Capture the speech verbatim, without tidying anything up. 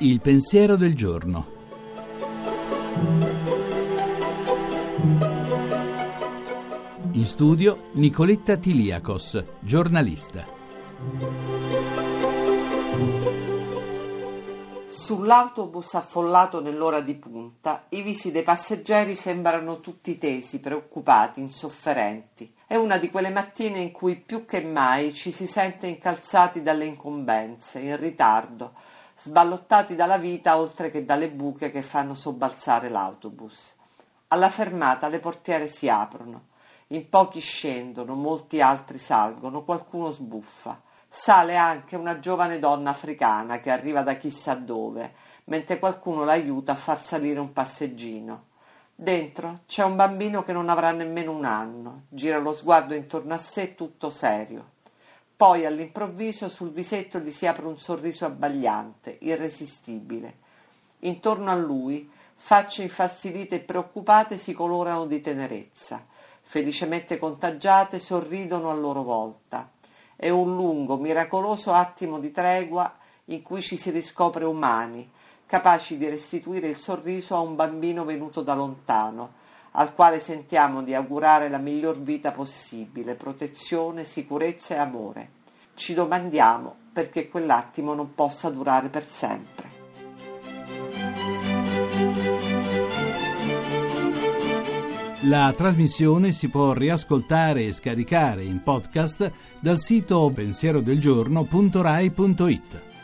Il pensiero del giorno. In studio Nicoletta Tiliakos, giornalista. Sull'autobus affollato nell'ora di punta, i visi dei passeggeri sembrano tutti tesi, preoccupati, insofferenti. È una di quelle mattine in cui più che mai ci si sente incalzati dalle incombenze, in ritardo, sballottati dalla vita oltre che dalle buche che fanno sobbalzare l'autobus. Alla fermata le portiere si aprono, in pochi scendono, molti altri salgono, qualcuno sbuffa. Sale anche una giovane donna africana che arriva da chissà dove, mentre qualcuno l'aiuta a far salire un passeggino. Dentro c'è un bambino che non avrà nemmeno un anno, gira lo sguardo intorno a sé tutto serio. Poi all'improvviso sul visetto gli si apre un sorriso abbagliante, irresistibile. Intorno a lui facce infastidite e preoccupate si colorano di tenerezza. Felicemente contagiate sorridono a loro volta. È un lungo, miracoloso attimo di tregua in cui ci si riscopre umani, capaci di restituire il sorriso a un bambino venuto da lontano, al quale sentiamo di augurare la miglior vita possibile, protezione, sicurezza e amore. Ci domandiamo perché quell'attimo non possa durare per sempre. La trasmissione si può riascoltare e scaricare in podcast dal sito pensierodelgiorno punto rai punto it.